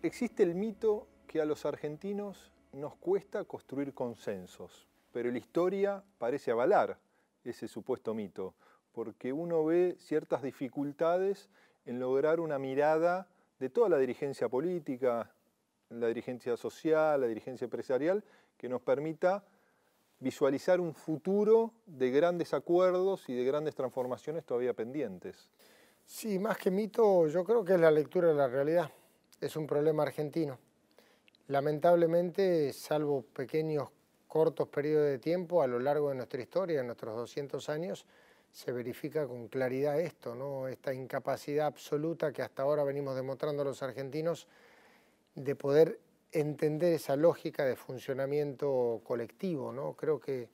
Existe el mito que a los argentinos nos cuesta construir consensos, pero la historia parece avalar ese supuesto mito, porque uno ve ciertas dificultades en lograr una mirada de toda la dirigencia política, la dirigencia social, la dirigencia empresarial, que nos permita visualizar un futuro de grandes acuerdos y de grandes transformaciones todavía pendientes. Sí, más que mito, yo creo que es la lectura de la realidad. Es un problema argentino. Lamentablemente, salvo pequeños, cortos periodos de tiempo, a lo largo de nuestra historia, en nuestros 200 años, se verifica con claridad esto, ¿no? Esta incapacidad absoluta que hasta ahora venimos demostrando los argentinos de poder entender esa lógica de funcionamiento colectivo, ¿no? Creo que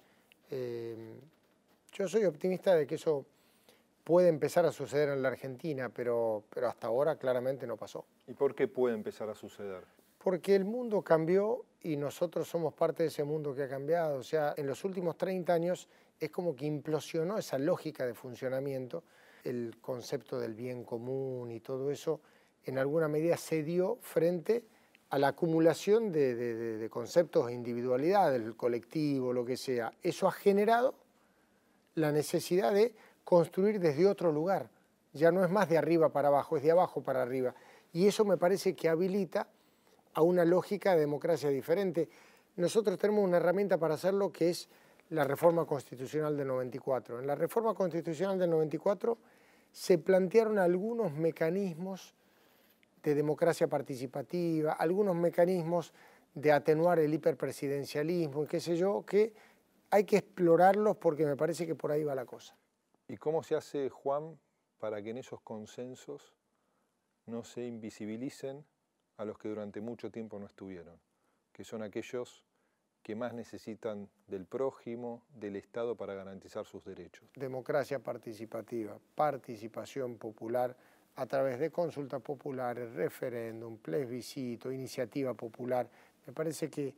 yo soy optimista de que eso puede empezar a suceder en la Argentina, pero hasta ahora claramente no pasó. ¿Y por qué puede empezar a suceder? Porque el mundo cambió y nosotros somos parte de ese mundo que ha cambiado. O sea, en los últimos 30 años es como que implosionó esa lógica de funcionamiento, el concepto del bien común y todo eso, en alguna medida se dio frente a la acumulación de conceptos de individualidad, del colectivo, lo que sea. Eso ha generado la necesidad de construir desde otro lugar. Ya no es más de arriba para abajo, es de abajo para arriba. Y eso me parece que habilita a una lógica de democracia diferente. Nosotros tenemos una herramienta para hacerlo que es la reforma constitucional del 94. En la reforma constitucional del 94 se plantearon algunos mecanismos de democracia participativa, algunos mecanismos de atenuar el hiperpresidencialismo, qué sé yo, que hay que explorarlos porque me parece que por ahí va la cosa. ¿Y cómo se hace, Juan, para que en esos consensos no se invisibilicen a los que durante mucho tiempo no estuvieron, que son aquellos que más necesitan del prójimo, del Estado para garantizar sus derechos? Democracia participativa, participación popular a través de consultas populares, referéndum, plebiscito, iniciativa popular. Me parece que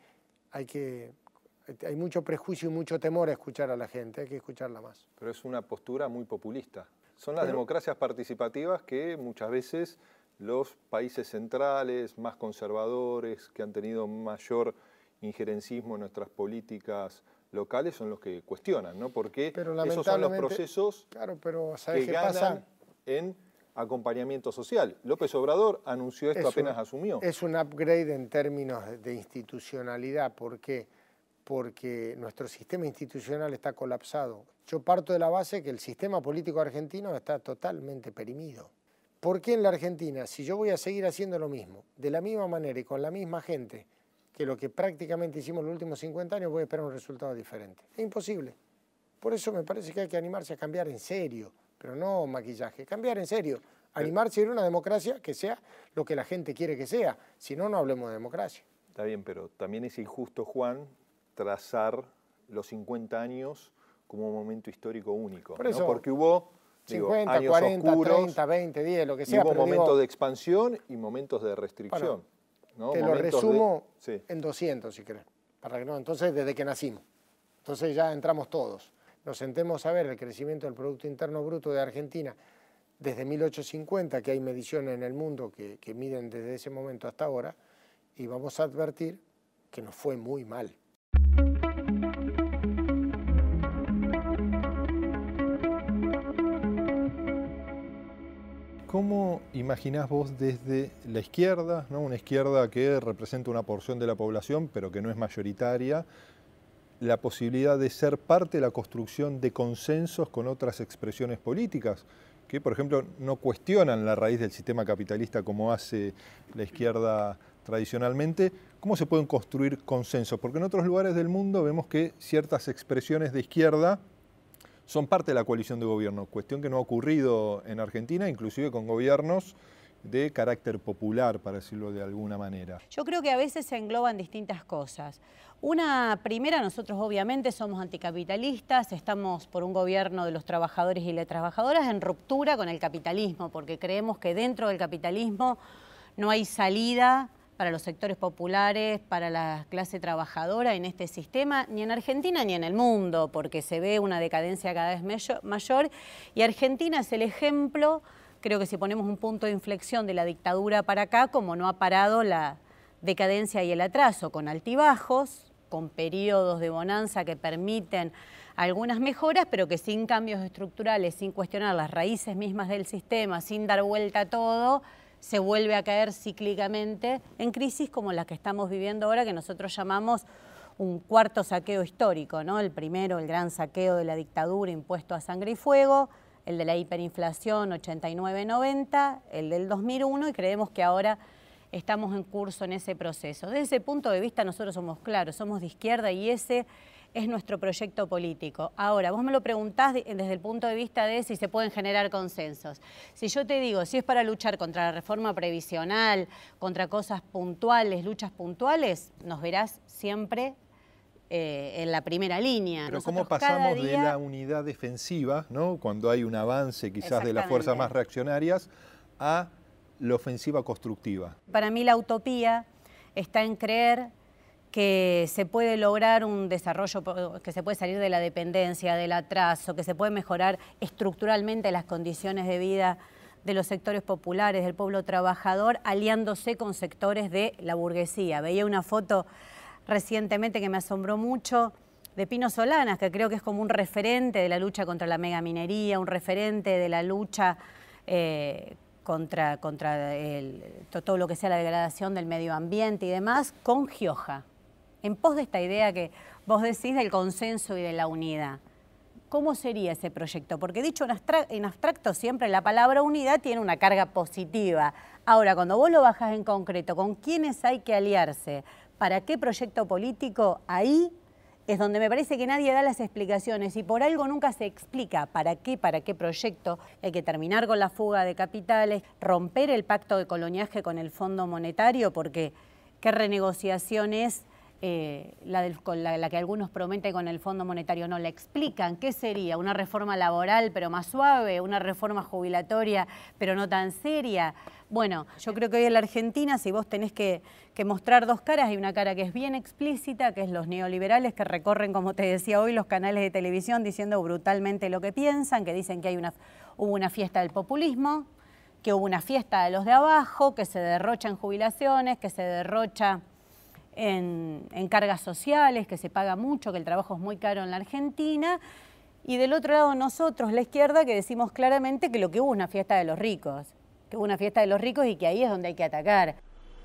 hay mucho prejuicio y mucho temor a escuchar a la gente, hay que escucharla más. Pero es una postura muy populista. Son las democracias participativas que muchas veces los países centrales, más conservadores, que han tenido mayor injerencismo en nuestras políticas locales, son los que cuestionan, ¿no? Porque esos son los procesos que ganan en acompañamiento social. López Obrador anunció esto apenas asumió. Es un upgrade en términos de institucionalidad. ¿Por qué? Porque nuestro sistema institucional está colapsado. Yo parto de la base que el sistema político argentino está totalmente perimido. ¿Por qué en la Argentina, si yo voy a seguir haciendo lo mismo, de la misma manera y con la misma gente que lo que prácticamente hicimos en los últimos 50 años, voy a esperar un resultado diferente? Es imposible. Por eso me parece que hay que animarse a cambiar en serio, pero no maquillaje, cambiar en serio. Animarse a ir a una democracia que sea lo que la gente quiere que sea, si no, no hablemos de democracia. Está bien, pero también es injusto, Juan, trazar los 50 años como un momento histórico único, por eso, ¿no? Porque hubo 50, años 40, oscuros, 30, 20, 10, lo que sea. Hubo momentos de expansión y momentos de restricción. ¿No? Te lo resumo en 200, si querés. Para que no, entonces, desde que nacimos. Entonces ya entramos todos. Nos sentemos a ver el crecimiento del Producto Interno Bruto de Argentina desde 1850, que hay mediciones en el mundo que miden desde ese momento hasta ahora, y vamos a advertir que nos fue muy mal. ¿Cómo imaginás vos desde la izquierda, ¿no? Una izquierda que representa una porción de la población, pero que no es mayoritaria, la posibilidad de ser parte de la construcción de consensos con otras expresiones políticas, que, por ejemplo, no cuestionan la raíz del sistema capitalista como hace la izquierda tradicionalmente? ¿Cómo se pueden construir consensos? Porque en otros lugares del mundo vemos que ciertas expresiones de izquierda son parte de la coalición de gobierno, cuestión que no ha ocurrido en Argentina, inclusive con gobiernos de carácter popular, para decirlo de alguna manera. Yo creo que a veces se engloban distintas cosas. Una primera, nosotros obviamente somos anticapitalistas, estamos por un gobierno de los trabajadores y las trabajadoras en ruptura con el capitalismo, porque creemos que dentro del capitalismo no hay salida para los sectores populares, para la clase trabajadora en este sistema, ni en Argentina ni en el mundo, porque se ve una decadencia cada vez mayor, y Argentina es el ejemplo creo que si ponemos un punto de inflexión de la dictadura para acá, como no ha parado la decadencia y el atraso, con altibajos, con periodos de bonanza que permiten algunas mejoras, pero que sin cambios estructurales, sin cuestionar las raíces mismas del sistema, sin dar vuelta a todo, se vuelve a caer cíclicamente en crisis como la que estamos viviendo ahora, que nosotros llamamos un cuarto saqueo histórico, ¿no? El primero, el gran saqueo de la dictadura impuesto a sangre y fuego, el de la hiperinflación 89-90, el del 2001, y creemos que ahora estamos en curso en ese proceso. Desde ese punto de vista nosotros somos claros, somos de izquierda y ese es nuestro proyecto político. Ahora, vos me lo preguntás desde el punto de vista de si se pueden generar consensos. Si yo te digo, si es para luchar contra la reforma previsional, contra cosas puntuales, luchas puntuales, nos verás siempre en la primera línea. Pero nosotros ¿cómo pasamos de la unidad defensiva, ¿no? Cuando hay un avance quizás de las fuerzas más reaccionarias, a la ofensiva constructiva? Para mí la utopía está en creer que se puede lograr un desarrollo, que se puede salir de la dependencia, del atraso, que se puede mejorar estructuralmente las condiciones de vida de los sectores populares, del pueblo trabajador, aliándose con sectores de la burguesía. Veía una foto recientemente que me asombró mucho de Pino Solanas, que creo que es como un referente de la lucha contra la megaminería, un referente de la lucha contra todo lo que sea la degradación del medio ambiente y demás, con Gioja, en pos de esta idea que vos decís del consenso y de la unidad. ¿Cómo sería ese proyecto? Porque dicho en abstracto siempre la palabra unidad tiene una carga positiva. Ahora, cuando vos lo bajás en concreto, ¿con quiénes hay que aliarse? ¿Para qué proyecto político? Ahí es donde me parece que nadie da las explicaciones y por algo nunca se explica para qué proyecto. Hay que terminar con la fuga de capitales, romper el pacto de coloniaje con el Fondo Monetario, porque qué renegociación es la que algunos prometen con el Fondo Monetario. No la explican. ¿Qué sería? ¿Una reforma laboral pero más suave? ¿Una reforma jubilatoria pero no tan seria? Bueno, yo creo que hoy en la Argentina, si vos tenés que mostrar dos caras, hay una cara que es bien explícita, que es los neoliberales que recorren, como te decía hoy, los canales de televisión diciendo brutalmente lo que piensan, que dicen que hubo una fiesta del populismo, que hubo una fiesta de los de abajo, que se derrocha en jubilaciones, que se derrocha en cargas sociales, que se paga mucho, que el trabajo es muy caro en la Argentina. Y del otro lado nosotros, la izquierda, que decimos claramente que lo que hubo es una fiesta de los ricos, que hubo una fiesta de los ricos y que ahí es donde hay que atacar.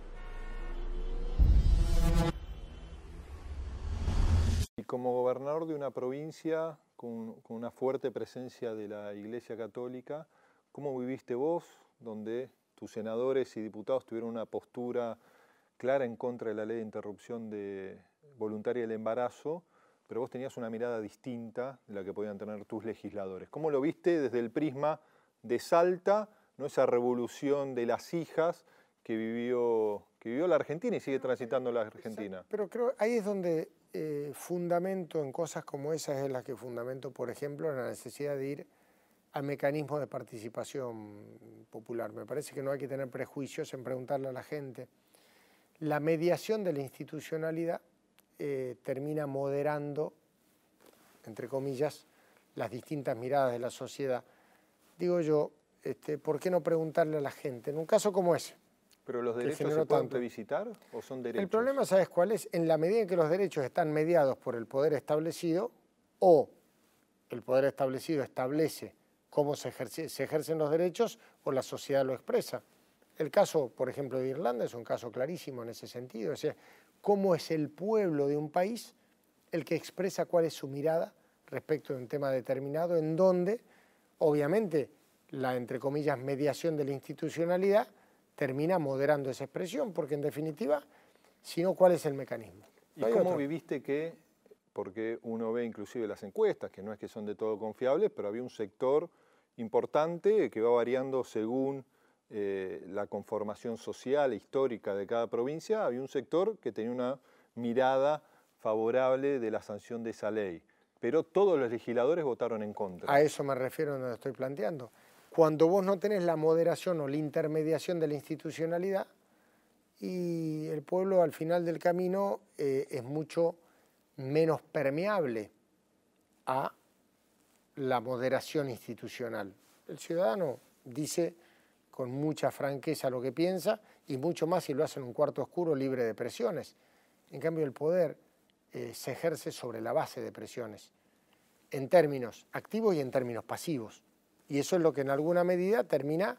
Y como gobernador de una provincia con una fuerte presencia de la Iglesia Católica, ¿cómo viviste vos, donde tus senadores y diputados tuvieron una postura clara en contra de la ley de interrupción voluntaria del embarazo, pero vos tenías una mirada distinta de la que podían tener tus legisladores? ¿Cómo lo viste desde el prisma de Salta, ¿no? Esa revolución de las hijas que vivió la Argentina y sigue transitando la Argentina? Pero creo ahí es donde fundamento en cosas como esas, es la que fundamento, por ejemplo, la necesidad de ir al mecanismo de participación popular. Me parece que no hay que tener prejuicios en preguntarle a la gente. La mediación de la institucionalidad termina moderando, entre comillas, las distintas miradas de la sociedad. Digo yo, ¿por qué no preguntarle a la gente? En un caso como ese. ¿Pero los derechos se pueden plebiscitar o son derechos? El problema, ¿sabes cuál es? En la medida en que los derechos están mediados por el poder establecido, o el poder establecido establece cómo se ejercen los derechos, o la sociedad lo expresa. El caso, por ejemplo, de Irlanda es un caso clarísimo en ese sentido. Es decir, cómo es el pueblo de un país el que expresa cuál es su mirada respecto de un tema determinado, en donde, obviamente, la, entre comillas, mediación de la institucionalidad termina moderando esa expresión, porque en definitiva, si no, ¿cuál es el mecanismo? ¿Y cómo viviste que, porque uno ve inclusive las encuestas, que no es que son de todo confiables, pero había un sector importante que va variando según la conformación social e histórica de cada provincia, había un sector que tenía una mirada favorable de la sanción de esa ley, pero todos los legisladores votaron en contra? A eso me refiero donde estoy planteando. Cuando vos no tenés la moderación o la intermediación de la institucionalidad, y el pueblo al final del camino es mucho menos permeable a la moderación institucional. El ciudadano dice con mucha franqueza lo que piensa y mucho más si lo hace en un cuarto oscuro libre de presiones. En cambio, el poder se ejerce sobre la base de presiones, en términos activos y en términos pasivos. Y eso es lo que en alguna medida termina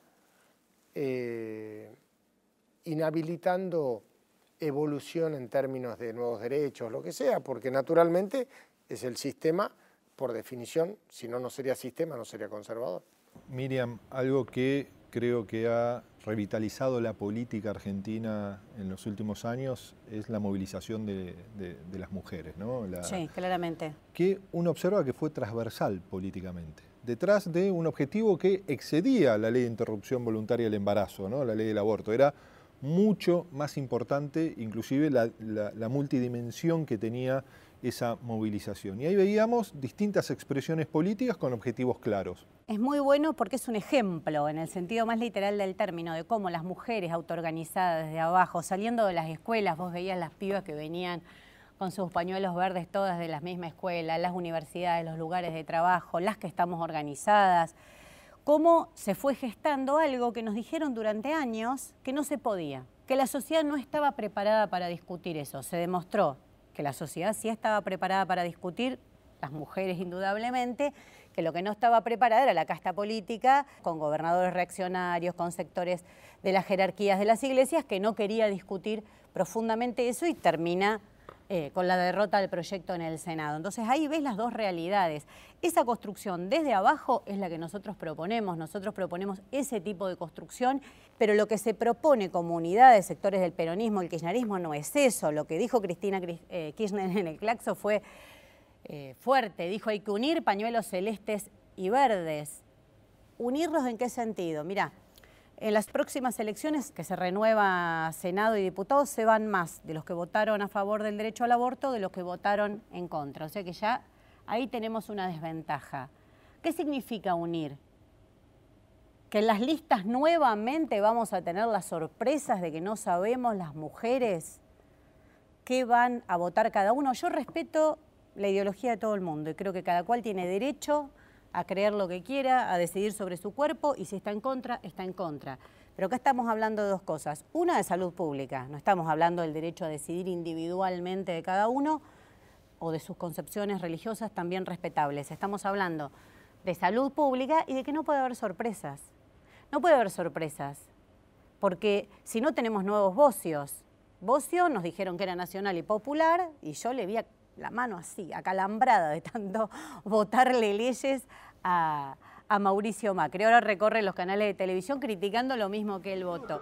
inhabilitando evolución en términos de nuevos derechos, lo que sea, porque naturalmente es el sistema, por definición, si no, no sería sistema, no sería conservador. Miriam, algo que creo que ha revitalizado la política argentina en los últimos años es la movilización de las mujeres, ¿no? Sí, claramente. Que uno observa que fue transversal políticamente, detrás de un objetivo que excedía la ley de interrupción voluntaria del embarazo, ¿no? La ley del aborto. Era mucho más importante, inclusive la multidimensión que tenía esa movilización. Y ahí veíamos distintas expresiones políticas con objetivos claros. Es muy bueno porque es un ejemplo, en el sentido más literal del término, de cómo las mujeres autoorganizadas desde abajo, saliendo de las escuelas, vos veías las pibas que venían con sus pañuelos verdes todas de la misma escuela, las universidades, los lugares de trabajo, las que estamos organizadas, cómo se fue gestando algo que nos dijeron durante años que no se podía, que la sociedad no estaba preparada para discutir eso. Se demostró que la sociedad sí estaba preparada para discutir, las mujeres indudablemente, que lo que no estaba preparada era la casta política, con gobernadores reaccionarios, con sectores de las jerarquías de las iglesias, que no quería discutir profundamente eso y termina con la derrota del proyecto en el Senado. Entonces ahí ves las dos realidades. Esa construcción desde abajo es la que nosotros proponemos ese tipo de construcción, pero lo que se propone como unidad de sectores del peronismo, el kirchnerismo, no es eso. Lo que dijo Cristina Kirchner en el Claxo fue fuerte, dijo hay que unir pañuelos celestes y verdes. ¿Unirlos en qué sentido? Mirá, en las próximas elecciones que se renueva Senado y diputados se van más de los que votaron a favor del derecho al aborto de los que votaron en contra. O sea que ya ahí tenemos una desventaja. ¿Qué significa unir? Que en las listas nuevamente vamos a tener las sorpresas de que no sabemos las mujeres qué van a votar cada uno. Yo respeto la ideología de todo el mundo y creo que cada cual tiene derecho a creer lo que quiera, a decidir sobre su cuerpo y si está en contra, está en contra. Pero acá estamos hablando de dos cosas. Una, de salud pública. No estamos hablando del derecho a decidir individualmente de cada uno o de sus concepciones religiosas también respetables. Estamos hablando de salud pública y de que no puede haber sorpresas. No puede haber sorpresas porque si no tenemos nuevos vocios. Bocio nos dijeron que era nacional y popular y yo le vi la mano así, acalambrada de tanto votarle leyes a Mauricio Macri. Ahora recorre los canales de televisión criticando lo mismo que él votó.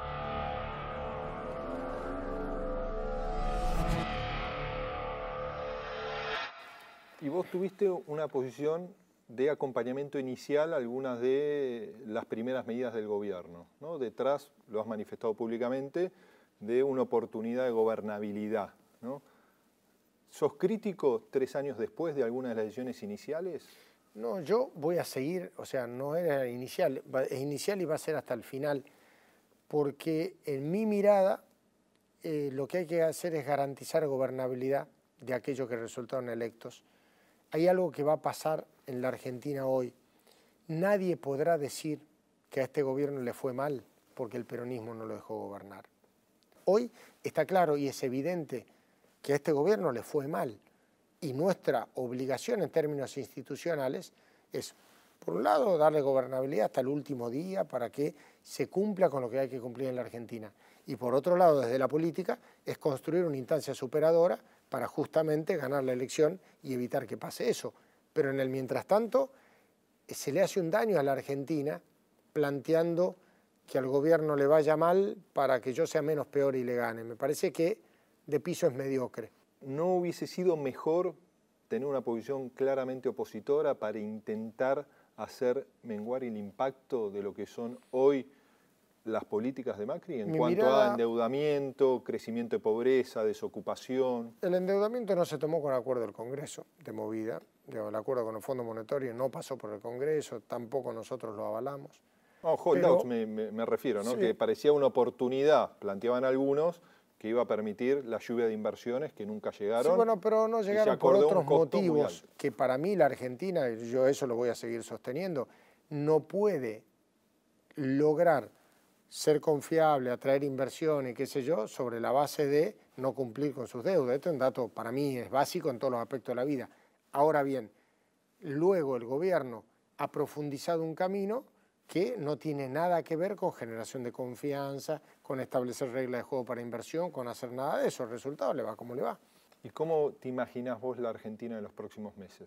Y vos tuviste una posición de acompañamiento inicial a algunas de las primeras medidas del gobierno, ¿no? Detrás, lo has manifestado públicamente, de una oportunidad de gobernabilidad, ¿no? ¿Sos crítico 3 años después de algunas de las decisiones iniciales? No, yo voy a seguir, o sea, no era inicial, es inicial y va a ser hasta el final, porque en mi mirada lo que hay que hacer es garantizar gobernabilidad de aquellos que resultaron electos. Hay algo que va a pasar en la Argentina hoy. Nadie podrá decir que a este gobierno le fue mal porque el peronismo no lo dejó gobernar. Hoy está claro y es evidente que a este gobierno le fue mal y nuestra obligación en términos institucionales es, por un lado, darle gobernabilidad hasta el último día para que se cumpla con lo que hay que cumplir en la Argentina y por otro lado, desde la política, es construir una instancia superadora para justamente ganar la elección y evitar que pase eso. Pero en el mientras tanto, se le hace un daño a la Argentina planteando que al gobierno le vaya mal para que yo sea menos peor y le gane. Me parece que de piso es mediocre. ¿No hubiese sido mejor tener una posición claramente opositora para intentar hacer menguar el impacto de lo que son hoy las políticas de Macri en cuanto a endeudamiento, crecimiento de pobreza, desocupación? El endeudamiento no se tomó con acuerdo del Congreso de movida. El acuerdo con el Fondo Monetario no pasó por el Congreso, tampoco nosotros lo avalamos. No, holdouts me refiero, ¿no? Sí. Que parecía una oportunidad, planteaban algunos, que iba a permitir la lluvia de inversiones que nunca llegaron. Sí, bueno, pero no llegaron por otros motivos que para mí la Argentina, yo eso lo voy a seguir sosteniendo, no puede lograr ser confiable, atraer inversiones, qué sé yo, sobre la base de no cumplir con sus deudas. Esto es un dato, para mí, es básico en todos los aspectos de la vida. Ahora bien, luego el gobierno ha profundizado un camino que no tiene nada que ver con generación de confianza, con establecer reglas de juego para inversión, con hacer nada de eso. El resultado le va como le va. ¿Y cómo te imaginas vos la Argentina en los próximos meses?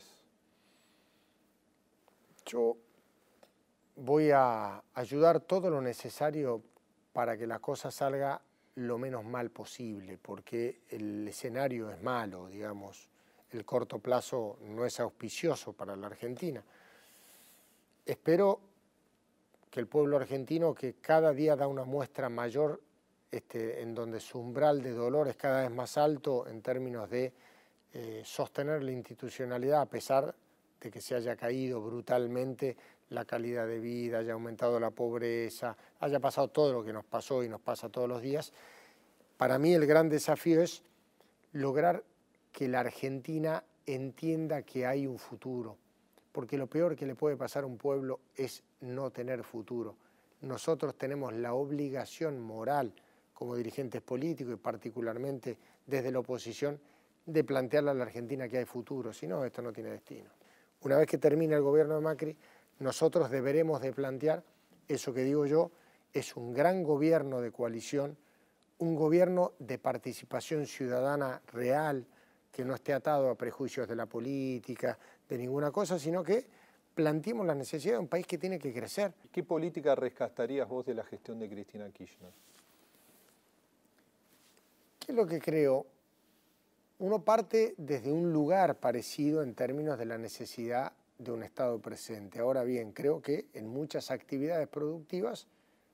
Yo voy a ayudar todo lo necesario para que la cosa salga lo menos mal posible, porque el escenario es malo, digamos. El corto plazo no es auspicioso para la Argentina. Espero que el pueblo argentino, que cada día da una muestra mayor, en donde su umbral de dolor es cada vez más alto en términos de sostener la institucionalidad, a pesar de que se haya caído brutalmente la calidad de vida, haya aumentado la pobreza, haya pasado todo lo que nos pasó y nos pasa todos los días. Para mí el gran desafío es lograr que la Argentina entienda que hay un futuro, porque lo peor que le puede pasar a un pueblo es no tener futuro. Nosotros tenemos la obligación moral como dirigentes políticos y particularmente desde la oposición de plantearle a la Argentina que hay futuro, si no, esto no tiene destino. Una vez que termine el gobierno de Macri, nosotros deberemos de plantear, eso que digo yo, es un gran gobierno de coalición, un gobierno de participación ciudadana real, que no esté atado a prejuicios de la política, de ninguna cosa, sino que planteemos la necesidad de un país que tiene que crecer. ¿Qué política rescatarías vos de la gestión de Cristina Kirchner? ¿Qué es lo que creo? Uno parte desde un lugar parecido en términos de la necesidad de un Estado presente. Ahora bien, creo que en muchas actividades productivas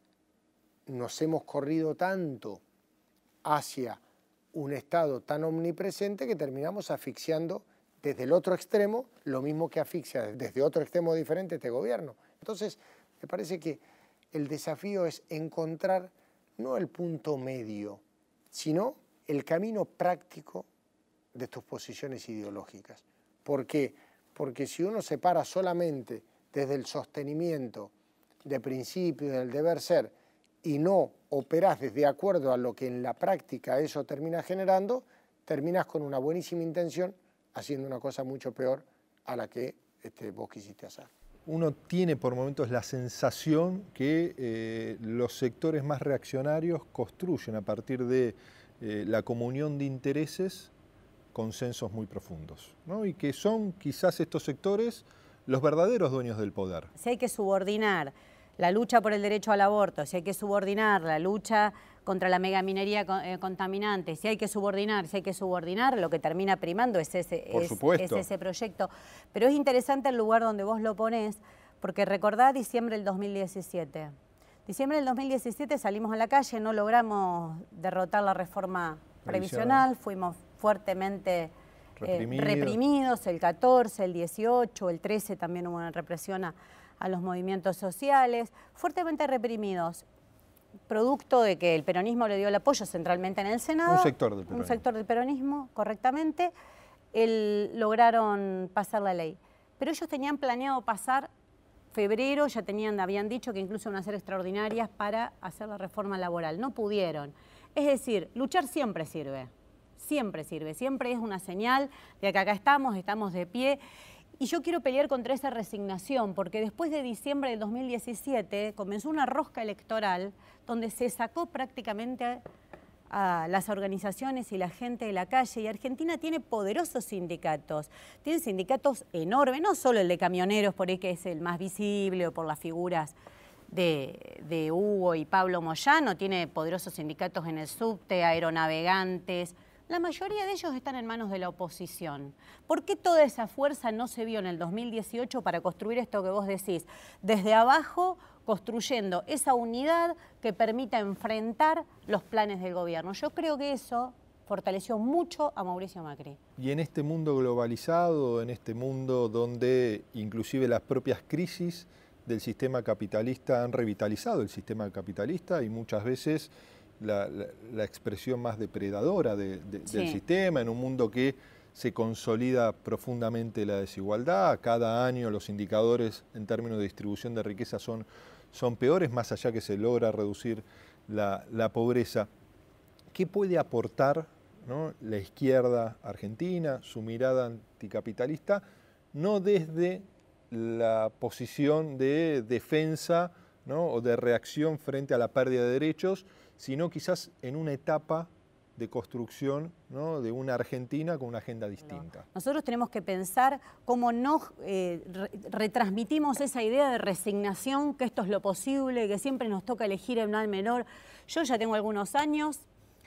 nos hemos corrido tanto hacia un Estado tan omnipresente que terminamos asfixiando desde el otro extremo lo mismo que asfixia desde otro extremo diferente este gobierno. Entonces, me parece que el desafío es encontrar no el punto medio, sino el camino práctico de tus posiciones ideológicas. ¿Por qué? Porque si uno se para solamente desde el sostenimiento de principios del deber ser y no operás desde acuerdo a lo que en la práctica eso termina generando, terminas con una buenísima intención haciendo una cosa mucho peor a la que vos quisiste hacer. Uno tiene por momentos la sensación que los sectores más reaccionarios construyen a partir de la comunión de intereses consensos muy profundos, ¿no? Y que son quizás estos sectores los verdaderos dueños del poder. Si hay que subordinar la lucha por el derecho al aborto, si hay que subordinar la lucha contra la megaminería contaminante, si hay que subordinar, lo que termina primando es ese proyecto. Pero es interesante el lugar donde vos lo ponés, porque recordá diciembre del 2017. Diciembre del 2017 salimos a la calle, no logramos derrotar la reforma previsional, fuimos fuertemente reprimidos, el 14, el 18, el 13 también hubo una represión a los movimientos sociales, fuertemente reprimidos, producto de que el peronismo le dio el apoyo centralmente en el Senado. Un sector del peronismo. Un sector del peronismo, correctamente, lograron pasar la ley. Pero ellos tenían planeado pasar febrero, ya habían dicho que incluso iban a ser extraordinarias para hacer la reforma laboral. No pudieron. Es decir, luchar siempre sirve. Siempre sirve, siempre es una señal de que acá estamos de pie. Y yo quiero pelear contra esa resignación, porque después de diciembre del 2017 comenzó una rosca electoral donde se sacó prácticamente a las organizaciones y la gente de la calle. Y Argentina tiene poderosos sindicatos, tiene sindicatos enormes, no solo el de camioneros, por ahí que es el más visible, o por las figuras de Hugo y Pablo Moyano, tiene poderosos sindicatos en el subte, aeronavegantes. La mayoría de ellos están en manos de la oposición. ¿Por qué toda esa fuerza no se vio en el 2018 para construir esto que vos decís? Desde abajo, construyendo esa unidad que permita enfrentar los planes del gobierno. Yo creo que eso fortaleció mucho a Mauricio Macri. Y en este mundo globalizado, en este mundo donde inclusive las propias crisis del sistema capitalista han revitalizado el sistema capitalista y muchas veces la expresión más depredadora del sistema, en un mundo que se consolida profundamente la desigualdad. Cada año los indicadores en términos de distribución de riqueza son son peores, más allá que se logra reducir la pobreza. ¿Qué puede aportar, ¿no?, la izquierda argentina, su mirada anticapitalista, no desde la posición de defensa, ¿no?, o de reacción frente a la pérdida de derechos, sino quizás en una etapa de construcción, ¿no?, de una Argentina con una agenda distinta? Nosotros tenemos que pensar cómo no retransmitimos esa idea de resignación, que esto es lo posible, que siempre nos toca elegir el mal menor. Yo ya tengo algunos años,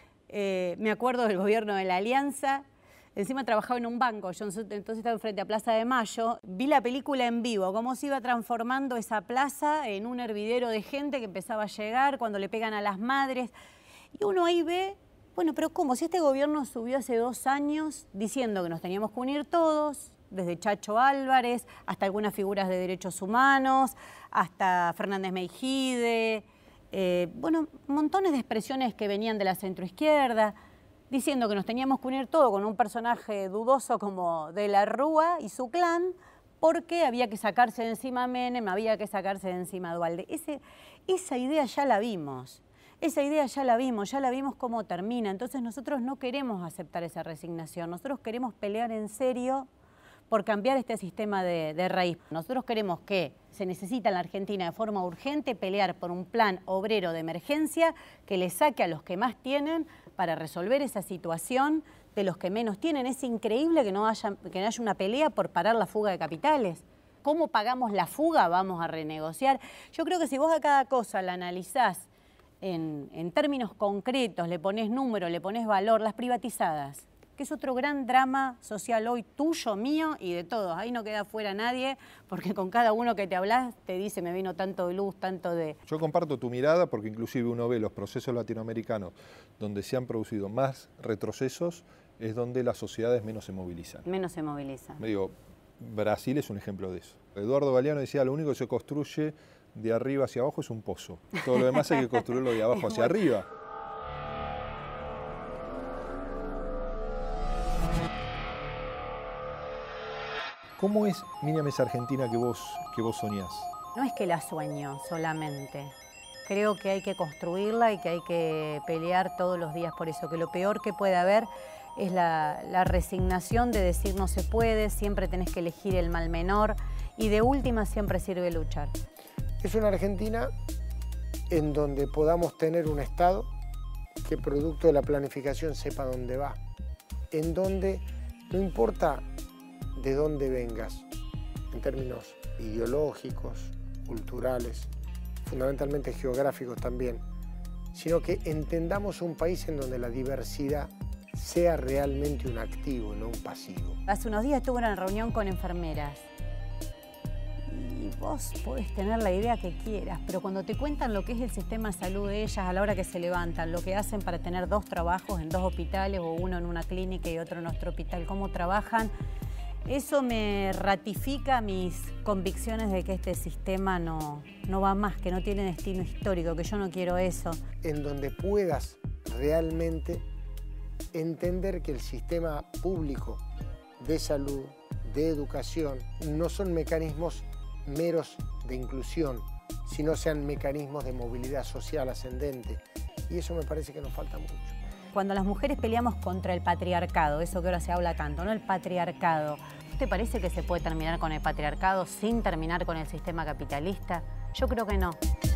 me acuerdo del gobierno de la Alianza. Encima trabajaba en un banco, yo entonces estaba frente a Plaza de Mayo, vi la película en vivo, cómo se iba transformando esa plaza en un hervidero de gente que empezaba a llegar, cuando le pegan a las madres. Y uno ahí ve, bueno, pero ¿cómo? Si este gobierno subió hace 2 años diciendo que nos teníamos que unir todos, desde Chacho Álvarez, hasta algunas figuras de derechos humanos, hasta Fernández Meijide, bueno, montones de expresiones que venían de la centroizquierda, diciendo que nos teníamos que unir todo con un personaje dudoso como De la Rúa y su clan, porque había que sacarse de encima a Menem, había que sacarse de encima a Duhalde. Esa idea ya la vimos, ya la vimos cómo termina. Entonces nosotros no queremos aceptar esa resignación, nosotros queremos pelear en serio por cambiar este sistema de raíz. Nosotros queremos que se necesita en la Argentina de forma urgente pelear por un plan obrero de emergencia que le saque a los que más tienen para resolver esa situación de los que menos tienen. Es increíble que no haya una pelea por parar la fuga de capitales. ¿Cómo pagamos la fuga? Vamos a renegociar. Yo creo que si vos a cada cosa la analizás en términos concretos, le ponés número, le ponés valor, las privatizadas, que es otro gran drama social hoy tuyo, mío y de todos. Ahí no queda fuera nadie, porque con cada uno que te hablas te dice me vino tanto de luz, tanto de... Yo comparto tu mirada porque inclusive uno ve los procesos latinoamericanos donde se han producido más retrocesos, es donde las sociedades menos se movilizan. Menos se movilizan. Digo, Brasil es un ejemplo de eso. Eduardo Galeano decía, lo único que se construye de arriba hacia abajo es un pozo. Todo lo demás hay que construirlo de abajo hacia arriba. ¿Cómo es, Miriam, esa Argentina que vos soñás? No es que la sueño solamente. Creo que hay que construirla y que hay que pelear todos los días por eso. Que lo peor que puede haber es la resignación de decir no se puede, siempre tenés que elegir el mal menor y de última siempre sirve luchar. Es una Argentina en donde podamos tener un Estado que producto de la planificación sepa dónde va. En donde no importa de dónde vengas, en términos ideológicos, culturales, fundamentalmente geográficos también, sino que entendamos un país en donde la diversidad sea realmente un activo, no un pasivo. Hace unos días estuve en una reunión con enfermeras y vos podés tener la idea que quieras, pero cuando te cuentan lo que es el sistema de salud de ellas a la hora que se levantan, lo que hacen para tener 2 trabajos en 2 hospitales o uno en una clínica y otro en nuestro hospital, cómo trabajan, eso me ratifica mis convicciones de que este sistema no va más, que no tiene destino histórico, que yo no quiero eso. En donde puedas realmente entender que el sistema público de salud, de educación, no son mecanismos meros de inclusión, sino sean mecanismos de movilidad social ascendente. Y eso me parece que nos falta mucho. Cuando las mujeres peleamos contra el patriarcado, eso que ahora se habla tanto, ¿no? El patriarcado. ¿Te parece que se puede terminar con el patriarcado sin terminar con el sistema capitalista? Yo creo que no.